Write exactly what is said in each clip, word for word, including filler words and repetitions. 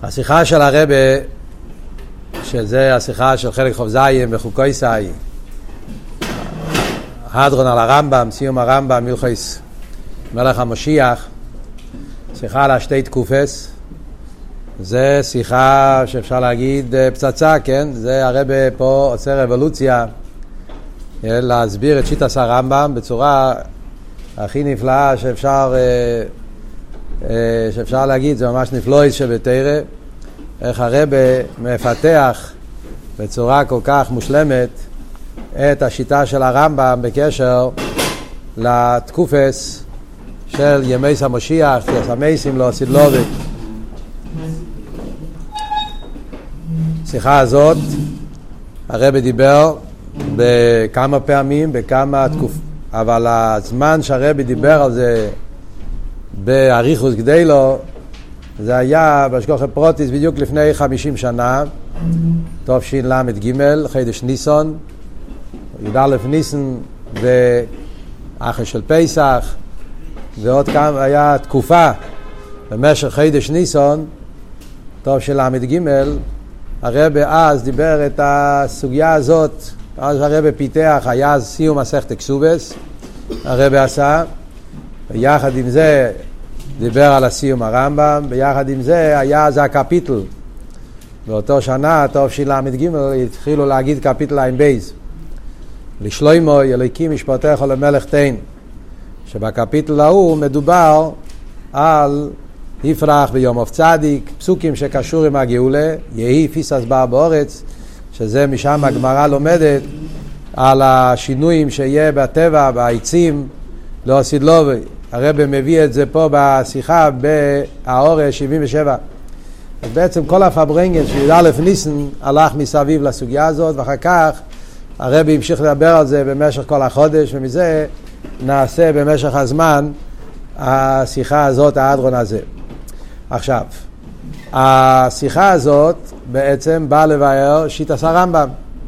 השיחה של הרבי, שזה השיחה של חלק חוב זיים בחוקוי סאי, הדרון על הרמב"ם, סיום הרמב"ם, מלכוס מלך המשיח, שיחה על השתי תקופס. זה שיחה שאפשר להגיד פצצה, כן? זה הרבי פה עושה רבולוציה להסביר את שיטת הרמב"ם בצורה הכי נפלאה שאפשר שאפשר להגיד. זה ממש נפלויס שבתרא, איך הרבי מפתח בצורה כל כך מושלמת את השיטה של הרמב"ם בקשר לתקופס של ימי המשיח, יסמייסים לא סידלוביק. השיחה הזאת הרבי דיבר בכמה פעמים, בכמה תקופות, אבל הזמן שהרבי דיבר על זה באריכוס גדילו, זה היה בהשגחה פרוטיס בדיוק לפני חמישים שנה, תשל"ג, חודש ניסן, י"א ניסן ואחרי של פסח, ועוד כמה, היה תקופה במשך חודש ניסן, תשל"ג, הרבי אז דיבר את הסוגיה הזאת. אז הרבי פיתח, היה אז סיום מסכת כסובס, הרבי עשה, ויחד עם זה דיבר על הסיום הרמב"ם, ביחד עם זה היה אז הקפיטל. באותו שנה, תשל"ג, התחילו להגיד קפיטל עין בייז. לשלוימו, אלוהיקים משפטך למלך תן. שבקפיטל ההוא מדובר על יפרח ביום אוף צדיק, פסוקים שקשור עם הגאולה, יהי פיסס בר באורץ, שזה משם הגמרא לומדת על השינויים שיהיה בטבע, בעצים, לא סידלובי. הרבי מביא את זה פה בשיחה באורש שבעים ושבע. אז בעצם כל הפברנגל של י"א ניסן הלך מסביב לסוגיה הזאת, ואחר כך הרבי המשיך לדבר על זה במשך כל החודש, ומזה נעשה במשך הזמן השיחה הזאת, ההדרון הזה. עכשיו, השיחה הזאת בעצם באה לבאר שיטת הרמב"ם.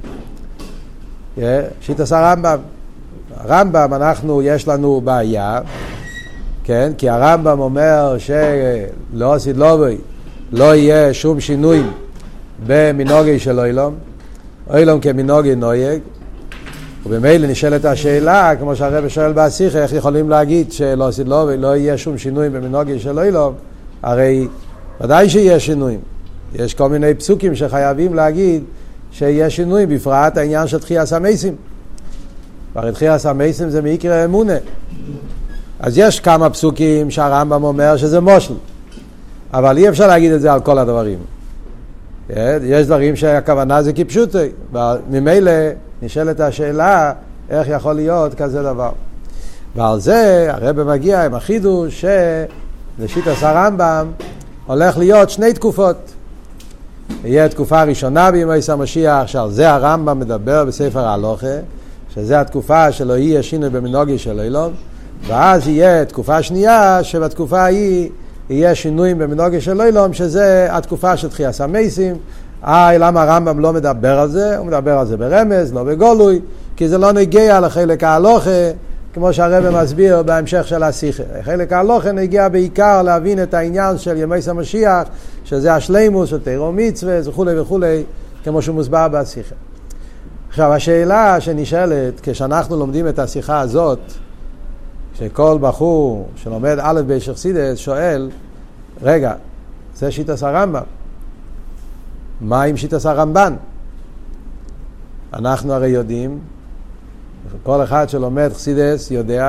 שיטת הרמב"ם. הרמב"ם, אנחנו, יש לנו בעיה, כן? כי הרמב"ם אומר שלא סידלובי, לא יהיה שום שינוי במנהגי של אילום, אילום כמנהגי נויג, ובמילא נשאלת השאלה, כמו שהרבי שואל בשיחה, איך יכולים להגיד שלא סידלובי, לא יהיה שום שינוי במנהגי של אילום? הרי ודאי שיהיה שינויים. יש כל מיני פסוקים שחייבים להגיד שיהיה שינויים, בפרט העניין של תחיית המתים. כבר תחיית המתים זה מעיקר אמונה. אז יש כמה פסוקים שהרמב"ם אומר שזה מושל, אבל אי אפשר להגיד את זה על כל הדברים. יש דברים שהכוונה זה כפשוטי, וממילא נשאלת השאלה איך יכול להיות כזה דבר. ועל זה הרבי מגיע עם החידוש שלשיטת הרמב"ם הולך להיות שני תקופות. יהיה תקופה ראשונה בימי המשיח, שעל זה הרמב"ם מדבר בספר ההלכה, שזה התקופה שלא יהיה שינוי במנהגי של אילום, ואז יהיה תקופה שנייה, שבתקופה ההיא יהיה שינויים במנהגי של אילום, שזה התקופה של תחיית המתים. אה, למה הרמב"ם לא מדבר על זה? הוא מדבר על זה ברמז, לא בגולוי, כי זה לא נגיע לחלק ההלכה, כמו שהרבי מסביר בהמשך של השיחה. חלק ההלכה נגיע בעיקר להבין את העניין של ימי המשיח, שזה השלימוס של תורה ומצווה וכו' וכו', כמו שהוא מוסבר בשיחה. עכשיו, השאלה שנשאלת, כשאנחנו לומדים את השיחה הזאת, שכל בחור שלומד א' ב' של חסידות שואל, רגע, זה שיטת הרמב"ם. מה עם שיטת הרמב"ן? אנחנו הרי יודעים, כל אחד שלומד חסידות יודע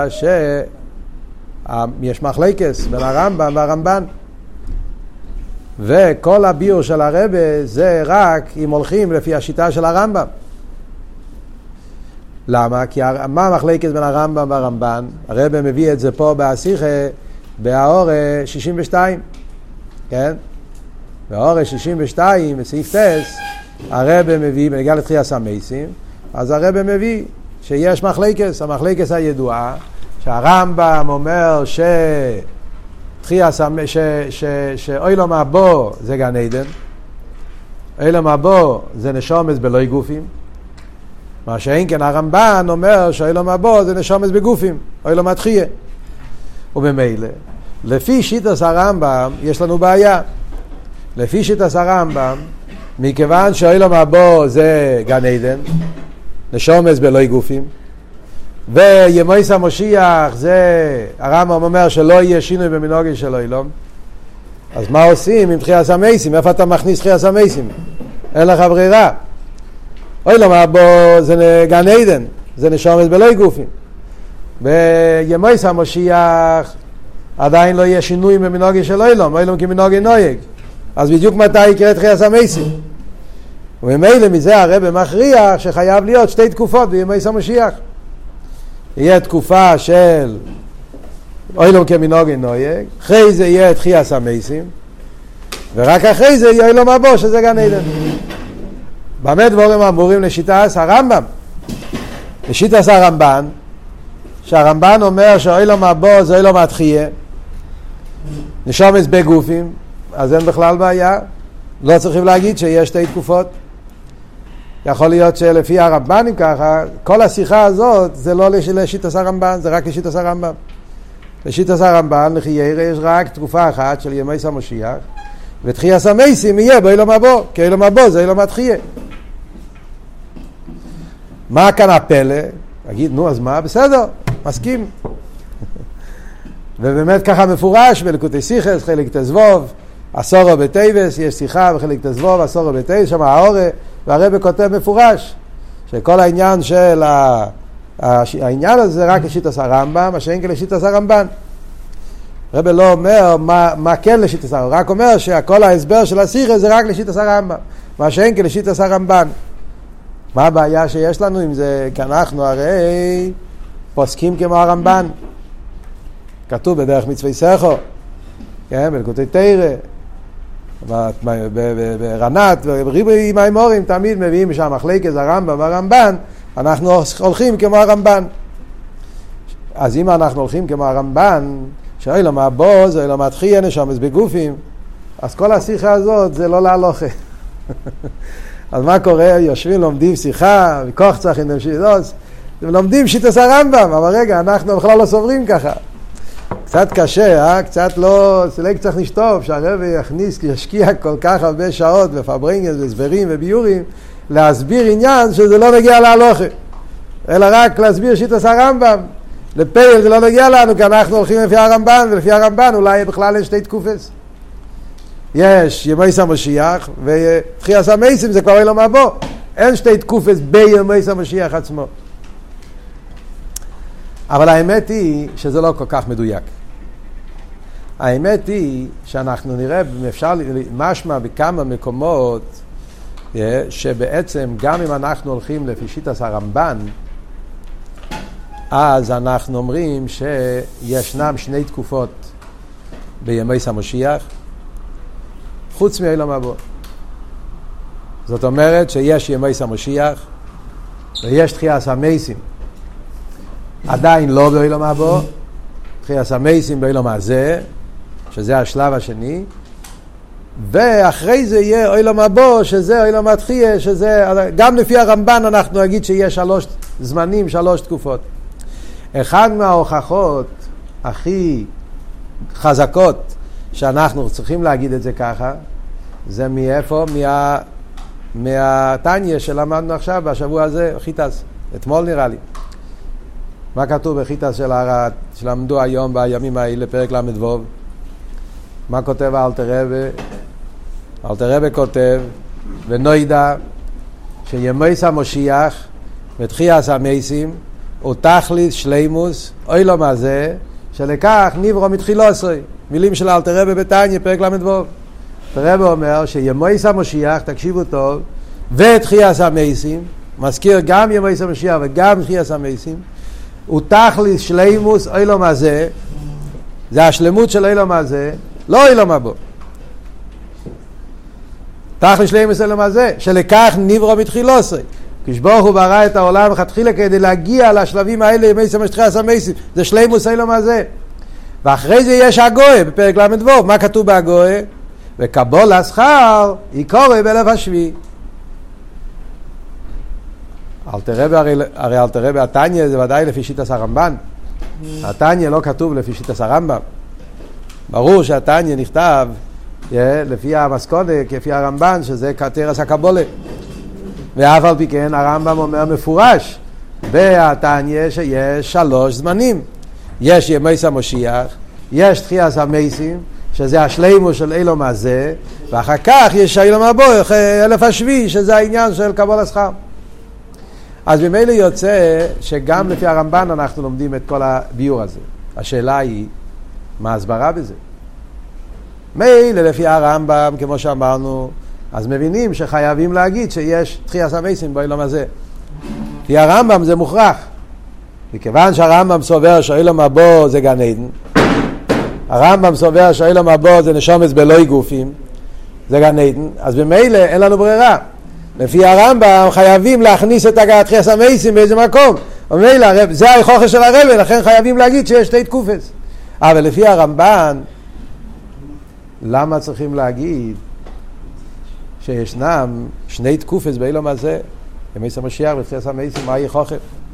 שיש מחלוקת בין הרמב"ם והרמב"ן. וכל הביור של הרבי זה רק אם הולכים לפי השיטה של הרמב"ם. למה? כי מה המחלוקת בין הרמב"ם והרמב"ן? הרבי מביא את זה פה בשיחה באור שישים ושתיים. כן? באור שישים ושתיים בסעיף טס הרבי מביא, בנגיע לתחיית המתים, אז הרבי מביא שיש מחלוקת, המחלוקת הידועה, שהרמב"ם אומר ש תחיית שאילום הבא זה גן עדן, אילום הבא זה נשומות בלא גופים, מה שאין כן הרמב"ן אומר שאילום הבא זה נשומות בגופים, אילום התחייה. ובמילא לפי שיטת הרמב"ם יש לנו בעיה, לפי שיטת הרמב"ם, מכיוון שאילום הבא זה גן עדן, נשומס בלוי גופים, וימויס המשיח זה, הרמב"ם אומר שלא יהיה שינוי במנהגי של אילום, אז מה עושים עם תחיית המתים? איפה אתה מכניס תחיית המתים? אין לך ברירה. אילום הבא זה גן עדן, זה נשומס בלוי גופים, וימויס המשיח עדיין לא יהיה שינוי במנהגי של אילום, אילום כמנהגי נויג, אז בדיוק מתי יקרה תחיית המתים? וממילא מזה הרב מכריח שחייב להיות שתי תקופות בימויס המשיח. יהיה תקופה של אילום כמנהגי נויג, אחרי זה יהיה תחיית המתים, ורק אחרי זה יהיה אילום הבא שזה גן עדן. במה דברים אמורים לשיטת הרמב"ם? לשיטת הרמב"ן, שהרמב"ן אומר שאילום הבא זה אילום התחייה, נשומס בגופים, אז אין בכלל בעיה, לא צריכים להגיד שיש שתי תקופות. יכול להיות שלפי הרמב"נים ככה, כל השיחה הזאת זה לא לשיטת הרמב"ן, זה רק לשיטת הרמב"ם. לשיטת הרמב"ן, לחיירה, יש רק תקופה אחת של ימי המשיח, ותחיית המתים יהיה באילום הבא, כי אילום הבא זה אילום התחייה. מה כאן הפלא? אגיד, נו, אז מה? בסדר, מסכים. ובאמת ככה מפורש בליקוטי שיחס, חלק תזבוב, עשורו בטייבס, יש שיחה בחלק תזבוב, עשורו בטייבס, שם האורה, והרבא כותב מפורש, שכל העניין של ה... העניין הזה זה רק לשיטת הרמב"ם, מה שאין כן לשיטת הרמב"ן. הרבא לא אומר מה, מה כן לשיטת הרמב"ם, רק אומר שכל ההסבר של השיחה זה רק לשיטת הרמב"ם, מה שאין כן לשיטת הרמב"ן. מה הבעיה שיש לנו עם זה? כי אנחנו הרי פוסקים כמו הרמב"ן. כתוב בדרך מצווי סכו, כן, בליקוטי תורה, ברנת, בריבוי מימורים, תמיד מביאים שם מחלקת הרמב"ם והרמב"ן, אנחנו הולכים כמו הרמב"ן. אז אם אנחנו הולכים כמו הרמב"ן, שאילום הבא זה אילום התחייה נשומס בגופים, אז כל השיחה הזאת זה לא להלוכה. אז מה קורה? יושבים, לומדים שיחה, וכוח צריכים להמשיך, לומדים שיטת הרמב"ם, אבל רגע, אנחנו בכלל לא סוברים ככה. קצת קשה, אה? קצת לא, סלק צריך לשטוף, שהרב יכניס, ישקיע כל כך הרבה שעות בפברנגס וסברים וביורים, להסביר עניין שזה לא נגיע להלוכה, אלא רק להסביר שיטת הרמב"ם. לפייל זה לא נגיע לנו, כי אנחנו הולכים לפי הרמב"ן, ולפי הרמב"ן אולי בכלל אין שתי תקופות. יש ימי המשיח, ותחיית המתים זה כבר אילום הבא. אין שתי תקופות בימי המשיח עצמו. אבל האמת היא שזה לא כל כך מדויק. האמת היא שאנחנו נראה, אפשר משמע בכמה מקומות, שבעצם גם אם אנחנו הולכים לפי שיטת הרמב"ן, אז אנחנו אומרים שישנם שני תקופות בימי המשיח, חוץ מאילום הבא. זאת אומרת שיש ימי המשיח, ויש תחיית המתים. עדיין לא באילום הבא, תחיית המתים באילום הזה, שזה השלב השני, ואחרי זה יהיה אילום הבא, שזה אילום התחייה, שזה, גם לפי הרמב"ן אנחנו נגיד שיש שלוש זמנים, שלוש תקופות. אחד מההוכחות הכי חזקות שאנחנו צריכים להגיד את זה ככה, זה מאיפה? מה, מהתניה שלמדנו עכשיו בשבוע הזה, חיטס, אתמול נראה לי. מה כתוב בחיטס של הרת, שלמדו היום בימים האלה, פרק למדבוב? מה כותב האלטר רבי? האלטר רבי כותב, ונוידע שימי המשיח ותחיית המתים הוא תכלית שלימוס, אילום הזה, שלכך נברא מתחילוסוי. מילים של האלטר רבי בתניה, פרק למדבוב. האלטר רבי אומר שימי המשיח, תקשיבו טוב, ותחיית המתים, מזכיר גם ימי המשיח וגם תחיית המתים, הוא תכלית שלימוס, אילום הזה, זה השלמות של אילום הזה, לא אילום הבא. תכלית שלימוס אילום הזה, שלכך נברא מתחילוסוי. כשברוך הוא ברא את העולם וחתחילה כדי להגיע לשלבים האלה ימי תחיית המתים, זה שלימוס אילום הזה. ואחרי זה יש הגויה בפרק למדבוב. מה כתוב בהגויה? וקבול השכר יקורא באלף השביעי. אלתר רבי, הרי אלתר רבי התניה זה ודאי לפי שיטת הרמב"ן. התניה לא כתוב לפי שיטת הרמב"ם. ברור שהתניה נכתב לפי המסכונה, כפי הרמב"ן, שזה תרס הקבולה. ואף על פי כן הרמב"ם אומר מפורש בתניא שיש שלוש זמנים. יש ימי המשיח, יש תחיית המתים, שזה השלימוס של אילום הזה, ואחר כך יש אילום הבא, אלף השביעי, שזה העניין של קבלת שכר. אז ממילא יוצא שגם לפי הרמב"ן אנחנו לומדים את כל הביור הזה. השאלה היא, מה ההסברה בזה? מילא לפי הרמב"ם, כמו שאמרנו, אז מבינים שחייבים להגיד שיש תחיית המתים באילום הזה. לפי הרמב"ם זה מוכרח. מכיוון שהרמב"ם סובר שאילום הבא זה גן עדן, הרמב"ם סובר שאילום הבא זה נשומץ בלוי גופים, זה גן עדן, אז במילא אין לנו ברירה. לפי הרמב"ם חייבים להכניס את תחיית המתים באיזה מקום. ומילא, זה ההוכחה של הרב, לכן חייבים להגיד שיש שתי תקופות. אבל לפי הרמב"ן, למה צריכים להגיד שישנם שני תקופות באילום הזה? ימי המשיח ותחיית המתים, מה ההוכחה?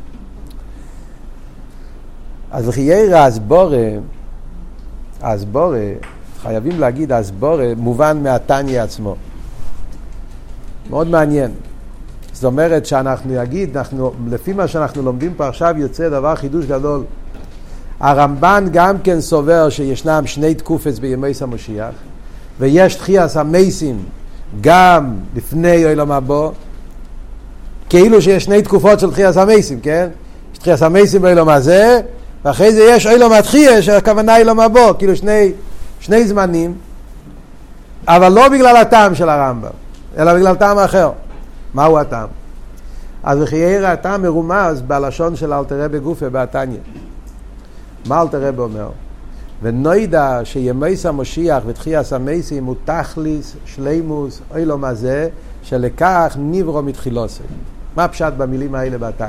אז לחיירא הסבורה, הסבורה, חייבים להגיד הסבורה מובן מהתניא עצמו. מאוד מעניין. זאת אומרת שאנחנו נגיד, אנחנו, לפי מה שאנחנו לומדים פה עכשיו יוצא דבר חידוש גדול. הרמב"ן גם כן סובר שישנם שני תקופות בימי המשיח, ויש תחיית המתים גם לפני אילום הבא, כאילו שיש שני תקופות של תחיית המתים, כן? יש תחיית המתים באילום הזה, ואחרי זה יש אילום התחייה, שהכוונה אילום הבא, כאילו שני, שני זמנים, אבל לא בגלל הטעם של הרמב"ם, אלא בגלל טעם אחר. מהו הטעם? אז לחיירא הטעם מרומז בלשון של אלתר רבי גופה בתניא. מה אלתר רבי אומר? ונוידע שימי המשיח ותחיית המתים הוא תכליס שלימוס אילום הזה, שלכך נברא מתחילוסו. מה פשט במילים האלה בתניא?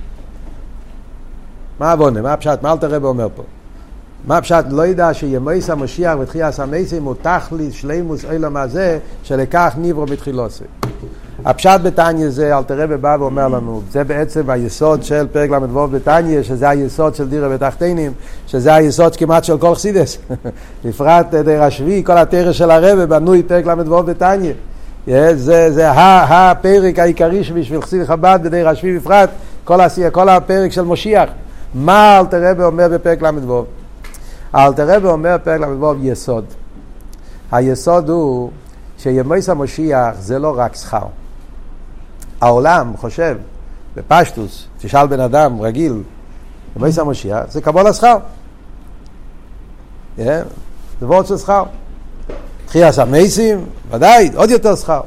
מה הבונה? מה הפשט? מה אלתר רבי אומר פה? מה הפשט? לא ידע שימי המשיח ותחיית המתים הוא תכליס שלימוס אילום הזה, שלכך נברא מתחילוסו. הפשט בתניא זה, אלתר רבי בא ואומר לנו, זה בעצם היסוד של פרק למדבר בתניא, שזה היסוד של דירה בתחתינים, שזה היסוד כמעט של כל חסידס. בפרט דיר השביעי, כל התרא של הרבי בנוי פרק למדבר בתניא. זה, זה הפרק העיקרי שבשביל חסיד חב"ד בדיר השביעי בפרט, כל, הסיע, כל הפרק של משיח. מה אלתר רבי אומר בפרק למדבר? אלתר רבי אומר בפרק למדבר יסוד. היסוד הוא שימי המשיח זה לא רק שכר. העולם חושב, בפשטוס, תשאל בן אדם רגיל, ימי המשיח זה קבלת שכר. זה דבר של שכר. תחיית המתים, ודאי, עוד יותר שכר.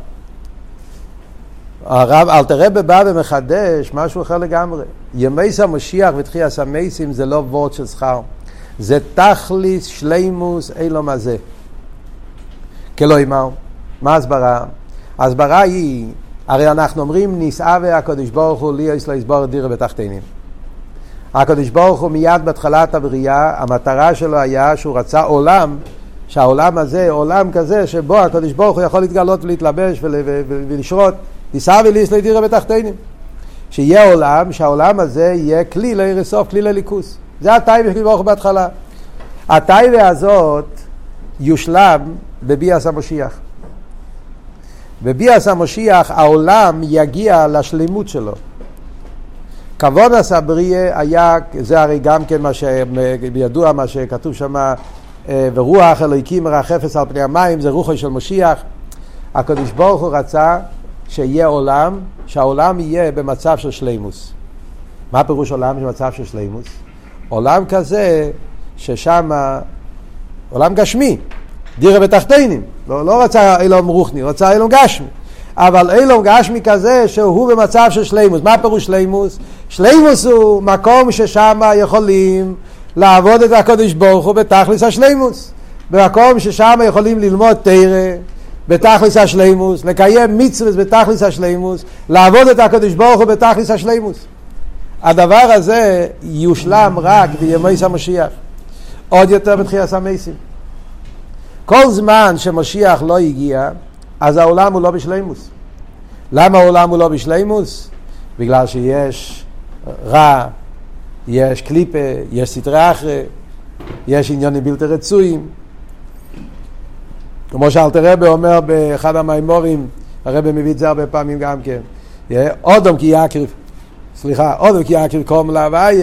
הרב אלתר רבי בא ומחדש משהו אחר לגמרי. ימי המשיח ותחיית המתים זה לא וורט של שכר. זה תכליס שלימוס אילום הזה. כלומר, מה הסברה? הסברה היא, הרי אנחנו אומרים נישאה והקדוש ברוך הוא לי יש להסבור דירה בתחתינים. הקדוש ברוך הוא מיד בתחילת הבריאה, המטרה שלו היה שהוא רצה עולם, שהעולם הזה, עולם כזה שבו הקדוש ברוך הוא יכול להתגלות ולהתלבש ול, ול, ול, ולשרות, נישאה ולי יש לדירה בתחתינים. שיהיה עולם, שהעולם הזה יהיה כלי לערסוף, כלי לליכוס. זה הטייבה של ברוך הוא בהתחלה. הטייבה הזאת יושלם בביאת המשיח. בביאת המשיח העולם יגיע לשלימות שלו. כוונס הבריאה היה, זה הרי גם כן מה שידוע, מה שכתוב שם, ורוח אלוהיקים מרחפת על פני המים, זה רוחו של משיח. הקדוש ברוך הוא רצה שיהיה עולם, שהעולם יהיה במצב של שלימוס. מה פירוש עולם במצב של שלימוס? עולם כזה ששם, עולם גשמי, דירה בתחתינים, לא, לא רצה אילום רוחני, רצה אילום גשמי, אבל אילום גשמי כזה שהוא במצב של שלימוס. מה פירוש שלימוס? שלימוס הוא מקום ששם יכולים לעבוד את הקדוש ברוך הוא בתכלס השלימוס, במקום ששם יכולים ללמוד תורה בתכלס השלימוס, לקיים מצוות בתכלס השלימוס, לעבוד את הקדוש ברוך הוא בתכלס השלימוס. הדבר הזה יושלם רק בימי המשיח, עוד יותר בתחיית המתים. כל זמן שמשיח לא הגיע, אז העולם הוא לא בשלימוס. למה העולם הוא לא בשלימוס? בגלל שיש רע, יש קליפה, יש סתרי אחרי, יש עניינים בלתי רצויים. כמו שאלתר רבי אומר באחד המיימורים, הרבי מביא את זה הרבה פעמים גם כן, אודום כי יקריב, סליחה, אודום כי יקריב קום להווי,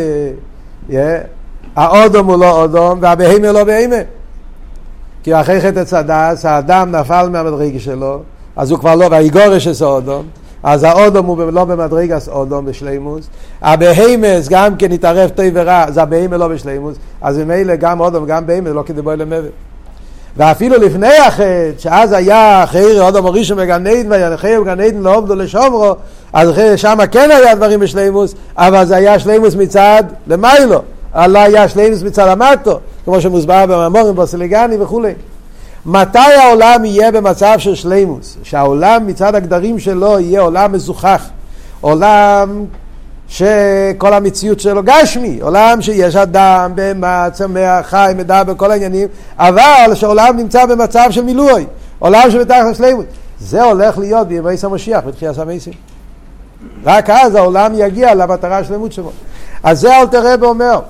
האודום הוא לא אודום והבהמה לא בהמה, כי אחרי חטא צדס האדם נפל מהמדרגה שלו, אז הוא כבר לא, והיגורש עשה אודום, אז האודום הוא לא במדרגס אודום בשלימוס, הבהמס גם כן התערב טוב ורע, אז הבהמה לא בשלימוס, אז ממילא גם אודום גם בהמה לא כדי בוי למוות. ואפילו לפני החטא, שאז היה אחרי אודום הראשון בגן עדן, ואחרי בגן עדן לא עובדו לשומרו, אז שם כן היה דברים בשלימוס, אבל זה היה שלימוס מצד למיילו, לא היה שלימוס מצד המטו, כמו שמוסבר במאמרים בסילגני וכו'. מתי העולם יהיה במצב של שלימוס? שהעולם מצד הגדרים שלו יהיה עולם מזוכח, עולם שכל המציאות שלו גשמי, עולם שיש אדם, בהמה, צמח, חי, מדע בכל העניינים, אבל שהעולם נמצא במצב של מילוי, עולם שבתחת שלימות. זה הולך להיות בימי המשיח, בתחיית המתים. רק אז העולם יגיע למטרה שלמות שלו. אז זה אלתר רבי אומר.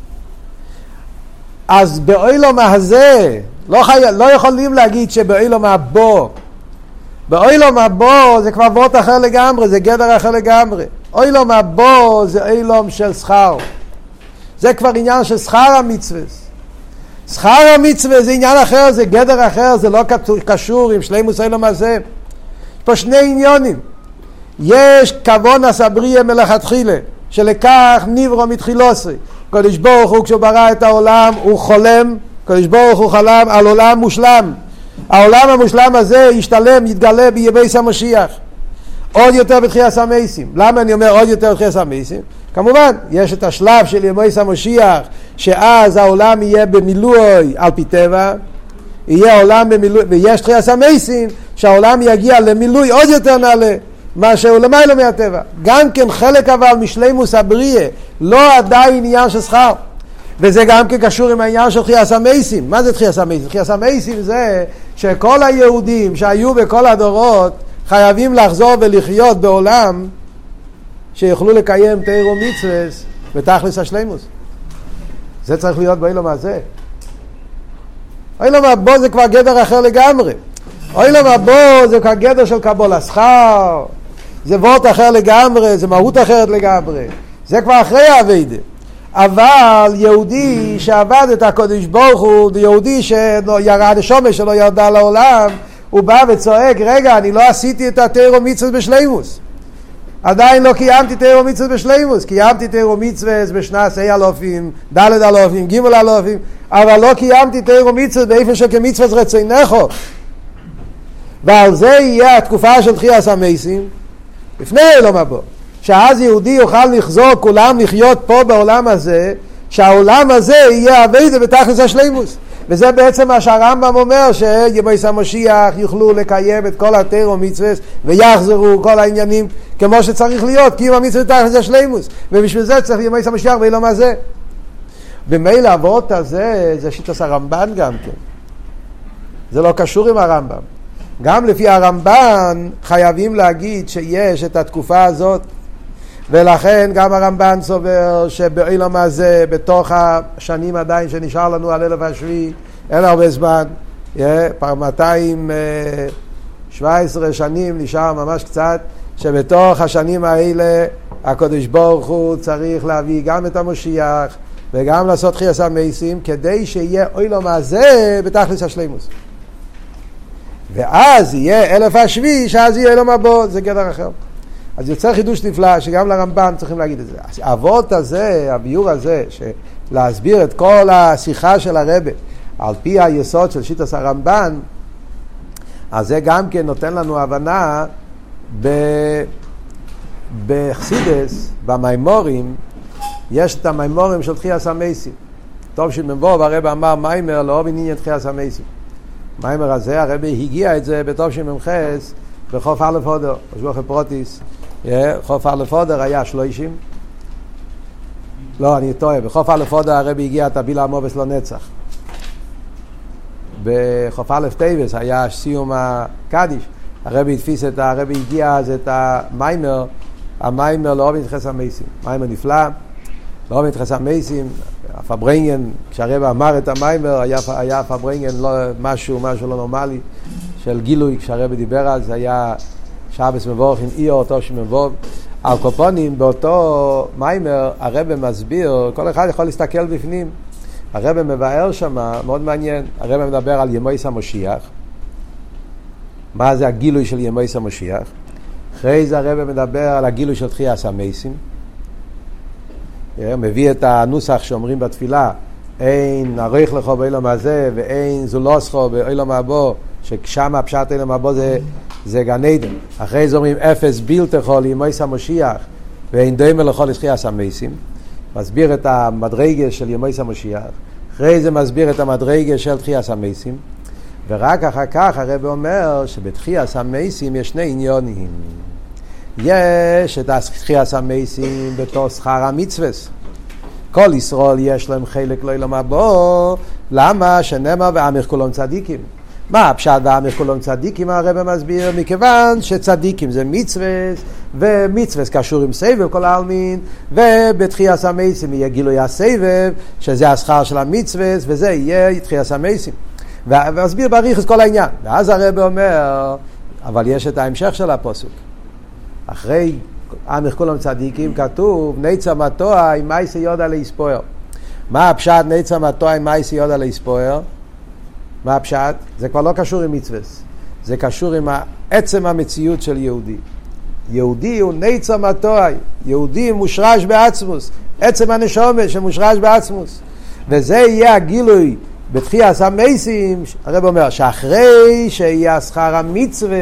אז בעולם הזה, לא, חי... לא יכולים להגיד שבעולם הבא, בעולם הבא זה כבר וורט אחר לגמרי, זה גדר אחר לגמרי. עולם הבא זה עולם של שכר. זה כבר עניין של שכר המצווה. שכר המצווה זה עניין אחר, זה גדר אחר, זה לא קשור עם שלימוס עולם הזה. יש פה שני עניונים. יש כוון הסבריה מלכתחילה, שלכך נברו מתחילוסי. קדוש ברוך הוא כשהוא ברא את העולם הוא חולם, קדוש ברוך הוא חלם על עולם מושלם. העולם המושלם הזה ישתלם, יתגלה בימי המשיח. עוד יותר בתחיית המתים. למה אני אומר עוד יותר בתחיית המתים? כמובן, יש את השלב של ימי המשיח, שאז העולם יהיה במילוי על פי טבע, יהיה עולם במילוי, ויש תחיית המתים, שהעולם יגיע למילוי עוד יותר נעלה, מה שהוא למעלה מהטבע. גם כן חלק אבל משלימוס הבריאה, לא עדיין עניין של שכר. וזה גם כן קשור עם העניין של תחיית המתים. מה זה תחיית המתים? תחיית המתים זה שכל היהודים שהיו בכל הדורות, חייבים לחזור ולחיות בעולם שיוכלו לקיים תורה ומצוות בתכלס השלימוס. זה צריך להיות בעולם הזה. העולם הבא זה כבר גדר אחר לגמרי. העולם הבא זה כבר גדר של קבול השכר, זה וורט אחר לגמרי, זה מהות אחרת לגמרי. זה כבר אחרי העבודה. אבל יהודי שעבד את הקדוש ברוך הוא, יהודי שירד השמש שלו ירדה לעולם, הוא בא וצועק, רגע, אני לא עשיתי את התורה ומצוות בשלימוס. עדיין לא קיימתי תורה ומצוות בשלימוס. קיימתי תורה ומצוות בשנת ה' אלופים, ד' אלופים, ג' אלופים, אבל לא קיימתי תורה ומצוות באופן שכמצוות רצונך. ועל זה יהיה התקופה של תחיית המתים, לפני עולם הבא. שאז יהודי יוכל לחזור כולם לחיות פה בעולם הזה, שהעולם הזה יהיה עבודה בתכלס השלימוס. וזה בעצם מה שהרמב"ם אומר, שימי המשיח יוכלו לקיים את כל התורה ומצוות ויחזרו כל העניינים כמו שצריך להיות, כי אם המצוות תכלס השלימוס, ובשביל זה צריך ימי המשיח בעולם הזה. במילא הוורט הזה זה שיטת הרמב"ן גם כן, זה לא קשור עם הרמב"ם. גם לפי הרמב"ן חייבים להגיד שיש את התקופה הזאת, ולכן גם הרמב"ן סובר שבעולם הזה, בתוך השנים עדיין שנשאר לנו על אלף השביעי, אין הרבה זמן, מאתיים שבע עשרה שנים נשאר ממש קצת, שבתוך השנים האלה הקדוש ברוך הוא צריך להביא גם את המשיח וגם לעשות תחיית המתים, כדי שיהיה עולם הזה בתכלס השלימוס. ואז יהיה אלף השביעי, שאז יהיה עולם הבא, זה גדר אחר. אז יוצא חידוש נפלא שגם לרמב"ן צריכים להגיד את זה. האבות הזה, הביור הזה, להסביר את כל השיחה של הרבי על פי היסוד של שיטת הרמב"ן, אז זה גם כן נותן לנו הבנה ב... בחסידס, במיימורים, יש את המיימורים של תחיית המתים. טוב שמבוא הרבי אמר מיימר לא בעניין תחיית המתים. מיימר הזה הרבי הגיע את זה בתוך שממחס בחוף א' הודר, בשבוח הפרוטיס. חוף א' הודר היה שלושים. לא, אני טועה. בחוף א' הודר הרבי הגיע את הבילה המובס לא נצח. בחוף א' טייבס היה סיום הקדיש. הרבי התפיס את הרבי הגיע אז את המיימר, המיימר לא מתייחס המתים. מיימר נפלא, לא מתייחס המתים. הפברנגן, כשהרב אמר את המיימר, היה, היה הפברנגן לא, משהו, משהו לא נורמלי של גילוי, כשהרב דיבר על זה, היה שבס מבורך עם אי אותו שמבוב. על קופונים, באותו מיימר, הרב מסביר, כל אחד יכול להסתכל בפנים. הרב מבאר שם, מאוד מעניין, הרב מדבר על ימי המשיח. מה זה הגילוי של ימי המשיח? אחרי זה הרב מדבר על הגילוי של תחיית המתים. מביא את הנוסח שאומרים בתפילה, אין ערך לך בעולם הזה ואין זולוסך בעולם הבא, ששם הפשט עולם הבא זה, זה גן עדן. אחרי זה אומרים אפס בלתך לימי המשיח ואין דומה לך לתחיית המתים. מסביר את המדרגה של ימי המשיח. אחרי זה מסביר את המדרגה של תחיית המתים. ורק אחר כך הרב אומר שבתחיית המתים יש שני עניונים. יש את תחיית המתים בתור שכר המצוות. כל ישראל יש להם חלק לעולם הבא. למה? שנאמר ועמך כולם צדיקים. מה הפשט ועמך כולם צדיקים? הרב מסביר מכיוון שצדיקים זה מצוות, ומצוות קשור עם סבב כל העלמין, ובתחיית המתים יהיה גילוי הסבב שזה השכר של המצוות, וזה יהיה תחיית המתים. ומסביר בעריך את כל העניין. ואז הרב אומר, אבל יש את ההמשך של הפסוק. אחרי עמך כולם צדיקים כתוב ניצה מטוע עם מייסי יודע להספויר. מה הפשט ניצה מטוע עם מייסי יודע להספויר? מה הפשט? זה כבר לא קשור עם מצוות. זה קשור עם עצם המציאות של יהודי. יהודי הוא ניצה מטוע. יהודי מושרש בעצמוס. עצם הנשמה שמושרש בעצמוס. וזה יהיה הגילוי בתחיית המתים. הרב אומר שאחרי שיהיה השכר המצוות,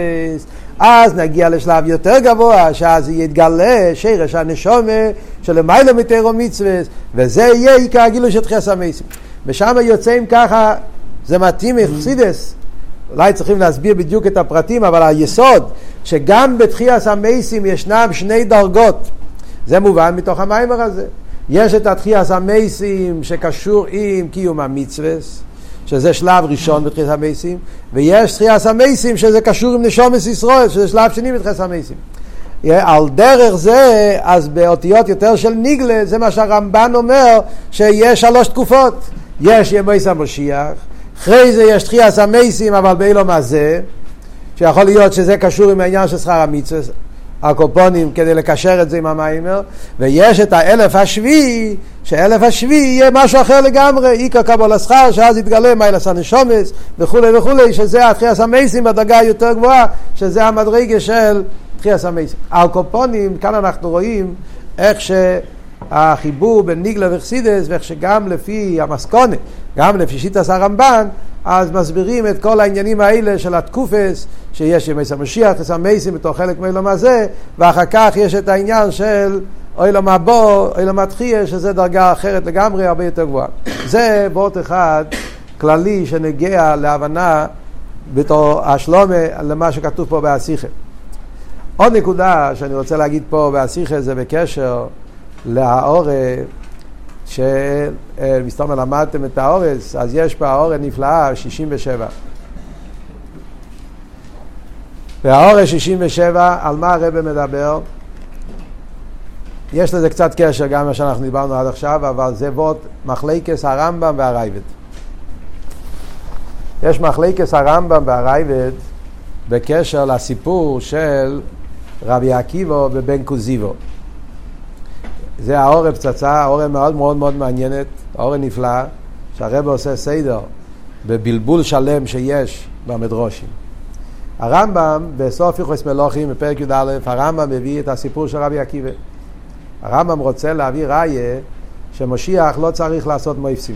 אז נגיע לשלב יותר גבוה, שאז יתגלה שרש הנשמה שלמעלה מתורה מצוות, וזה יהיה עיקר הגילוי של תחיית המתים. ושם יוצאים ככה, זה מתאים מחסידות. אולי צריכים להסביר בדיוק את הפרטים, אבל היסוד שגם בתחיית המתים ישנם שני דרגות. זה מובן מתוך המיימר הזה. יש את התחיית המתים שקשור עם קיום המצוות, שזה שלב ראשון בתחיית המתים, ויש תחיית המתים שזה קשור עם נשומת ישראל, שזה שלב שני בתחיית המתים. על דרך זה, אז באותיות יותר של ניגלה, זה מה שהרמב"ן אומר, שיש שלוש תקופות. יש ימי המשיח, אחרי זה יש תחיית המתים, אבל בעולם הזה, שיכול להיות שזה קשור עם העניין של שכר המצוות, הקופונים כדי לקשר את זה עם המיימר, ויש את האלף השביעי, שאלף השביעי יהיה משהו אחר לגמרי, איקר קבול השכר, שאז יתגלה מיילס הנשומס וכו' וכו', שזה התחיית המתים בדרגה יותר גבוהה, שזה המדרגה של תחיית המתים. הקופונים, כאן אנחנו רואים איך שהחיבור בין ניגלה וחסידות, ואיך שגם לפי המסכונה, גם לפי שיטת הרמב"ן, אז מסבירים את כל העניינים האלה של התקופס, שיש ימי המשיח, תחיית המתים בתוך חלק מעולם הזה, ואחר כך יש את העניין של עולם הבא, עולם התחייה, שזה דרגה אחרת לגמרי, הרבה יותר גבוהה. זה באות אחד כללי שנגיע להבנה בתור השלומה למה שכתוב פה בהשיחה. עוד נקודה שאני רוצה להגיד פה בהשיחה זה בקשר להאורה, שמסתום למדתם את האורס, אז יש פה האורה נפלאה, שישים ושבע. והאורה שישים ושבע, על מה הרב מדבר? יש לזה קצת קשר גם מה שאנחנו דיברנו עד עכשיו, אבל זה ווד מחלקס הרמב"ם והרייבד. יש מחלקס הרמב"ם והרייבד בקשר לסיפור של רבי עקיבא בבן קוזיבו. זה האורה פצצה, האורה מאוד מאוד מאוד מעניינת, האורה נפלאה, שהרב עושה סדר בבלבול שלם שיש במדרושים. הרמב"ם בסוף יחס מלוכים בפרק י"א, הרמב"ם מביא את הסיפור של רבי עקיבא. הרמב"ם רוצה להביא ראיה שמשיח לא צריך לעשות מויפסים.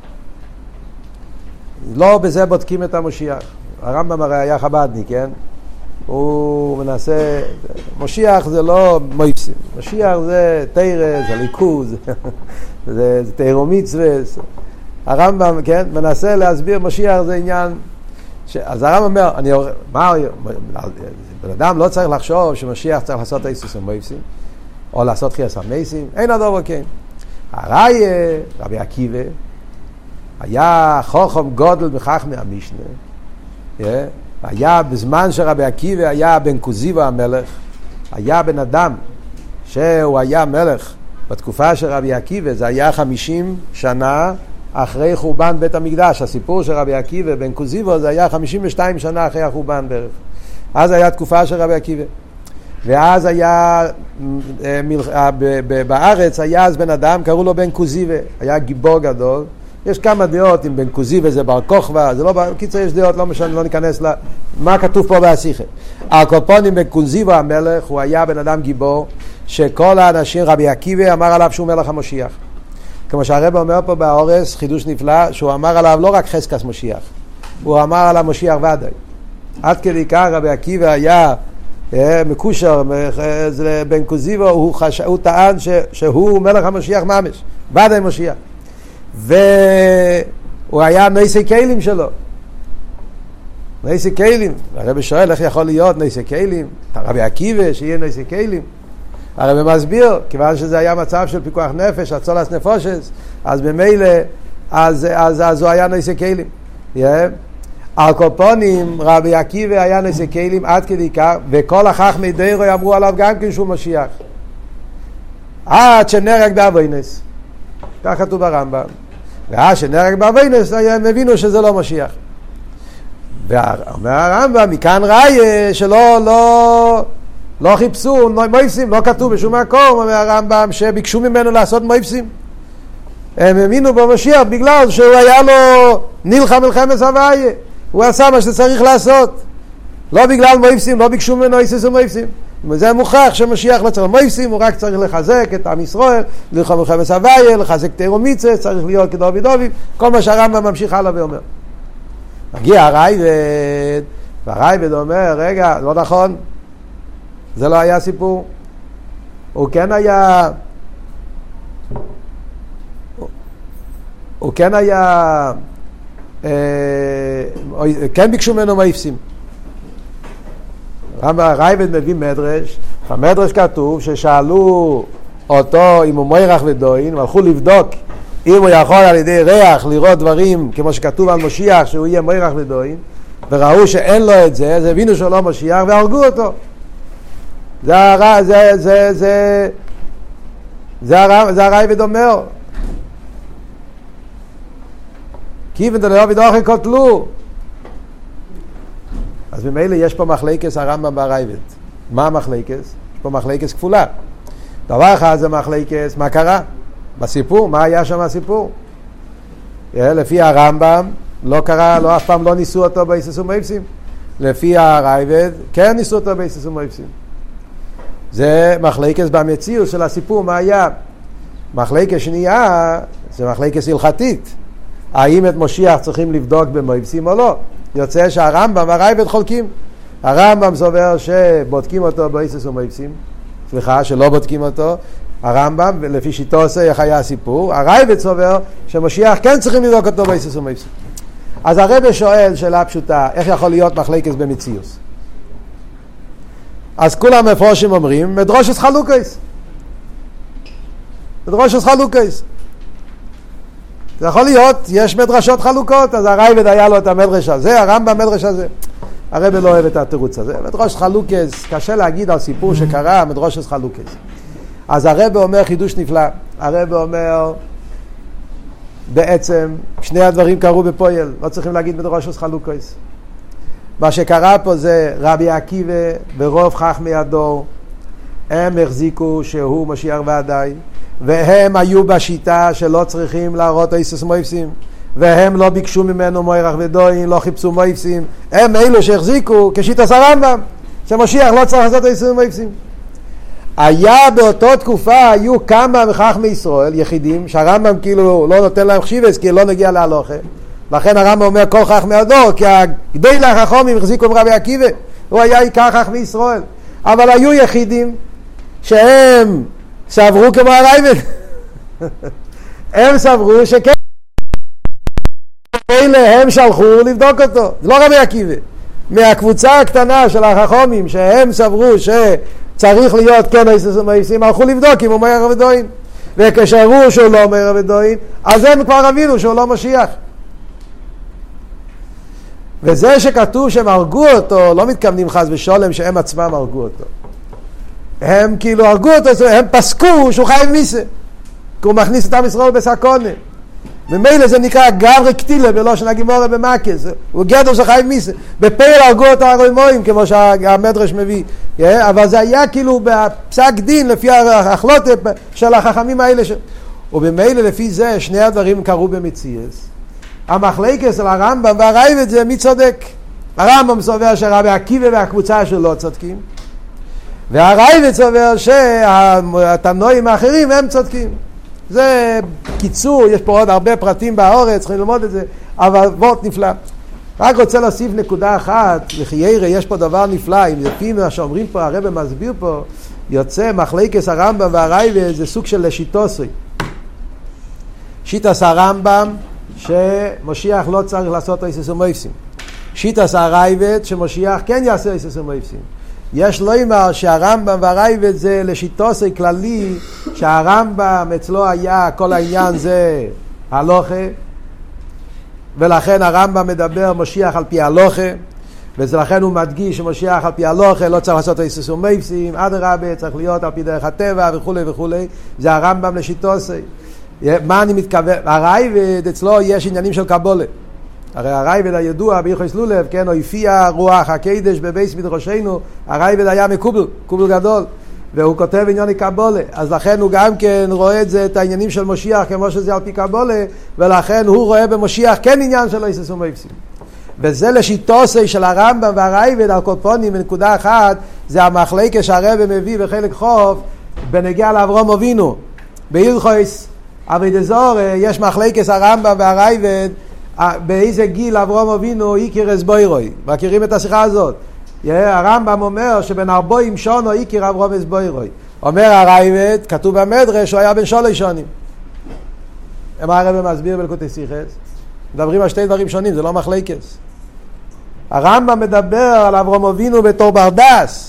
לא בזה בודקים את המשיח. הרמב"ם הרי היה חב"דניק, כן? הוא מנסה, משיח זה לא מויפסים. משיח זה תירא, זה ליכוז, זה, זה תירו מצוות. הרמב"ם, כן? מנסה להסביר משיח זה עניין. ש... אז הרמב"ם אומר, אני, מה, בן אדם לא צריך לחשוב שמשיח צריך לעשות איסוס ומויפסים. או לעשות תחיית המתים, אין הדבר כן. הראיה, רבי עקיבא, היה חוכם גודל בחכמי המשנה, היה בזמן שרבי עקיבא היה בן קוזיבו המלך, היה בן אדם שהוא היה מלך בתקופה של רבי עקיבא זה היה חמישים שנה אחרי חורבן בית המקדש. הסיפור של רבי עקיבא בן קוזיבו זה היה חמישים ושתיים שנה אחרי החורבן בערך. אז היה תקופה של רבי עקיבא. ואז היה, בארץ היה אז בן אדם, קראו לו בן קוזיבא, היה גיבור גדול. יש כמה דעות אם בן קוזיבא זה בר כוכבא, זה לא, קיצור יש דעות, לא משנה, לא ניכנס לה, מה כתוב פה בהשיחה. הקופונים בן קוזיבא המלך, הוא היה בן אדם גיבור, שכל האנשים, רבי עקיבא אמר עליו שהוא מלך המשיח. כמו שהרב אומר פה באורס, חידוש נפלא, שהוא אמר עליו לא רק חזקת משיח, הוא אמר עליו משיח ודאי. עד כדי כך רבי עקיבא היה מקושר, בן קוזיבא, הוא, חש... הוא טען ש... שהוא מלך המשיח ממש, ודאי משיח. והוא היה ניסי קיילים שלו. ניסי קיילים. הרב שואל איך יכול להיות ניסי קיילים? הרבי עקיבא שיהיה ניסי קיילים. הרב מסביר, כיוון שזה היה מצב של פיקוח נפש, הצולס נפושס, אז במילא, אז, אז, אז הוא היה ניסי קיילים. Yeah. על קופונים, רבי עקיבא היה ניסי קיילים עד כדי כך, וכל החכמי דיירו אמרו עליו גם כן שהוא משיח. עד שנהרג באבוינס. כך כתוב ברמב"ם. ואז שנהרג באבוינס, הם הבינו שזה לא משיח. ואומר הרמב"ם, מכאן ראיה שלא לא, לא חיפשו מויפסים, לא כתוב בשום מקום, אומר הרמב"ם, שביקשו ממנו לעשות מויפסים. הם האמינו במשיח בגלל שהוא היה לו נלחם מלחמת הוויה. הוא עשה מה שצריך לעשות. לא בגלל מויפסים, לא ביקשו ממנו איססו מויפסים. וזה מוכח שמשיח לא צריך מויפסים, הוא רק צריך לחזק את עם ישראל, ללחום מלחמת הוויה, לחזק תירו מיצה, צריך להיות כדובי דובי, כל מה שהרמב"ם ממשיך הלאה ואומר. מגיע הרייבד, והרייבד אומר, רגע, לא נכון, זה לא היה סיפור. הוא כן היה, הוא כן היה, כן ביקשו ממנו מויפסים. הרייבד מביא מדרש, במדרש כתוב ששאלו אותו אם הוא מוירח ודוין, והלכו לבדוק אם הוא יכול על ידי ריח לראות דברים כמו שכתוב על משיח שהוא יהיה מוירח ודוין, וראו שאין לו את זה, אז הבינו שהוא לא משיח והרגו אותו. זה הרע, זה זה זה זה הרע, זה הרייבד אומר. כיוון דלא בדוחק קוטלו. אז במילא יש פה מחלקס הרמב"ם והרייבד. מה המחלקס? יש פה מחלקס כפולה. דבר אחד זה מחלקס, מה קרה? בסיפור, מה היה שם הסיפור? לפי הרמב"ם, לא קרה, לא, אף פעם לא ניסו אותו באיססו מויפסים. לפי הרייבד, כן ניסו אותו באיססו מויפסים. זה מחלקס במציאות של הסיפור, מה היה? מחלקס שנייה, זה מחלקס הלכתית. האם את משיח צריכים לבדוק במויפסים או לא? יוצא שהרמב"ם והרייבד חולקים. הרמב"ם סובר שבודקים אותו באיססו מויפסים, סליחה, שלא בודקים אותו. הרמב"ם, לפי שיטו עושה איך היה הסיפור. הרייבד סובר שמשיח כן צריכים לבדוק אותו באיססו מויפסים. אז הרב שואל שאלה פשוטה, איך יכול להיות מחלקס במציאות? אז כולם מפורשים אומרים, מדרושת חלוקס. מדרושת חלוקס. זה יכול להיות, יש מדרשות חלוקות, אז הרייבד היה לו את המדרש הזה, הרמב"ם המדרש הזה. הרב לא אוהב את התירוץ הזה. מדרושת חלוקס, קשה להגיד על סיפור שקרה, מדרושת חלוקס. אז הרב אומר חידוש נפלא. הרב אומר, בעצם, שני הדברים קרו בפועל, לא צריכים להגיד מדרושת חלוקס. מה שקרה פה זה רבי עקיבא ברוב חכמי הדור, הם החזיקו שהוא משיח ודאי, והם היו בשיטה שלא צריכים להראות איסוס מויפסים, והם לא ביקשו ממנו מוירח ודוין, לא חיפשו מויפסים. הם אלו שהחזיקו כשיטת הרמב"ם שמשיח לא צריך לעשות איסוס מויפסים. היה באותו תקופה, היו כמה מחכמי ישראל יחידים שהרמב"ם כאילו לא נותן להם חשיבס כי לא נגיע להלוכה. לכן הרמב"ם אומר כל חכמי הדור, כי הגדולי החכמים החזיקו עם רבי עקיבא, הוא היה עיקר חכמי ישראל. אבל היו יחידים שהם סברו כמו הרייבד. הם סברו שכן, אלה הם שלחו לבדוק אותו. זה לא רבי עקיבא. מהקבוצה הקטנה של החכמים שהם סברו שצריך להיות כן איסוס מויפסים, הלכו לבדוק אם הוא מוירח ודוין. וכשראו שהוא לא מוירח ודוין, אז הם כבר הבינו שהוא לא משיח. וזה שכתוב שהם הרגו אותו, לא מתכוונים חס ושולם שהם עצמם הרגו אותו. הם כאילו הרגו אותו, הם פסקו שהוא חייב מיסה. כי הוא מכניס את עם ישראל בסכונה. ומילא זה נקרא גברי קטילה בלושן הגימורה במקס, הוא גדר שחייב מיסה, בפייל הרגו את הרוימואים כמו שהמדרש מביא, אבל זה היה כאילו בפסק דין לפי ההחלטה של החכמים האלה, ובמילא לפי זה שני הדברים קרו במציאס. המחלקת של הרמב"ם והרייבד זה מי צודק. הרמב"ם סובר שרבי עקיבא והקבוצה שלו צודקים, והרייבד סובר שהתנועים האחרים הם צודקים. זה קיצור, יש פה עוד הרבה פרטים באורץ, צריכים ללמוד את זה, אבל וורט נפלא. רק רוצה להוסיף נקודה אחת, לחיירה, יש פה דבר נפלא, אם לפי מה שאומרים פה, הרב מסביר פה, יוצא מחלקת הרמב"ם והרייבד זה סוג של לשיטוסי. שיטס הרמב"ם שמשיח לא צריך לעשות איסוס ומויפסים. שיטס הרייבד שמשיח כן יעשה איסוס ומויפסים. יש לא אמר שהרמב"ם והרייבד זה לשיטוסי כללי, שהרמב"ם אצלו היה כל העניין זה הלוכה, ולכן הרמב"ם מדבר משיח על פי הלוכה, ולכן הוא מדגיש שמשיח על פי הלוכה לא צריך לעשות איסוס ומויפסים, אדרבה צריך להיות על פי דרך הטבע וכו' וכו'. זה הרמב"ם לשיטוסי. מה אני מתכוון? הרייבד אצלו יש עניינים של קבולה. הרי הרייבד הידוע ביחס לולב, כן, הופיע רוח הקדש בבייס מדרשנו, הרייבד היה מקובל, קובל גדול, והוא כותב ענייני קבולה, אז לכן הוא גם כן רואה את זה, את העניינים של משיח כמו שזה על פי קבולה, ולכן הוא רואה במשיח כן עניין של איסוס ומויפסים. וזה לשיטוסי של הרמב"ם והרייבד על קופונים בנקודה אחת, זה המחלקה שהרב מביא בחלק חוף בנגיע לאברהם אבינו. בהלכות אביידה זורה יש מחלקת הרמב"ם והרייבד באיזה גיל אברהם אבינו הכיר את בוירוי. מכירים את השיחה הזאת? הרמב"ם אומר שבין ארבעים שונו הכיר אברהם את בוירוי. אומר הרייבד, כתוב במדרש, הוא היה בן שלוש שנים. מה הרב מסביר בליקוטי שיחס? מדברים על שתי דברים שונים, זה לא מחלקת. הרמב"ם מדבר על אברהם אבינו בתור ברדס,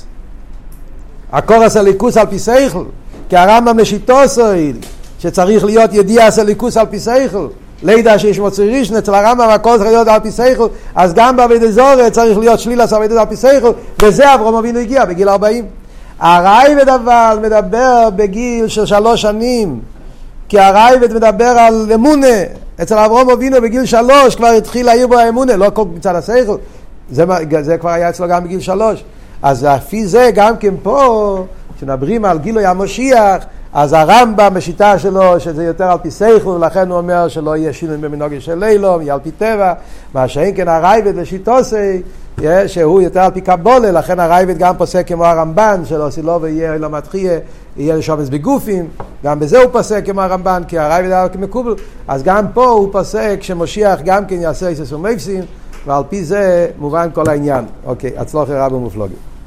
הקורס הליכוס על פי שכל, כי הרמב"ם לשיטוסי שצריך להיות ידיעה של ליכוס על פי שכל, לידע שיש מוצרי ראשון, אצל הרמב"ם הכל צריך להיות על פי שכל, אז גם בעבודת זרה צריך להיות שלילת עבודה על פי שכל, וזה אברהם אבינו הגיע בגיל ארבעים. הרייבד אבל מדבר בגיל של שלוש שנים, כי הרייבד מדבר על אמונה. אצל אברהם אבינו בגיל שלוש כבר התחיל להעיר בו האמונה, לא כל מצד השכל, זה, זה כבר היה אצלו גם בגיל שלוש. אז לפי זה גם כן פה, כשנדברים על גילוי המשיח, אז הרמב"ם בשיטה שלו שזה יותר על פי שכל, ולכן הוא אומר שלא יהיה שינוי במנהג של לילה, יהיה על פי טבע, מה שאין כן הרייבד לשיטוסי, שהוא יותר על פי קבולה, לכן הרייבד גם פוסק כמו הרמב"ן, שלא סילו ויהיה לא מתחייה, יהיה לשומץ בגופים, גם בזה הוא פוסק כמו הרמב"ן, כי הרייבד היה כמקובל, אז גם פה הוא פוסק שמשיח גם כן יעשה איסוס ומויפסים, ועל פי זה מובן כל העניין. אוקיי, הצלחה רבה ומופלגת.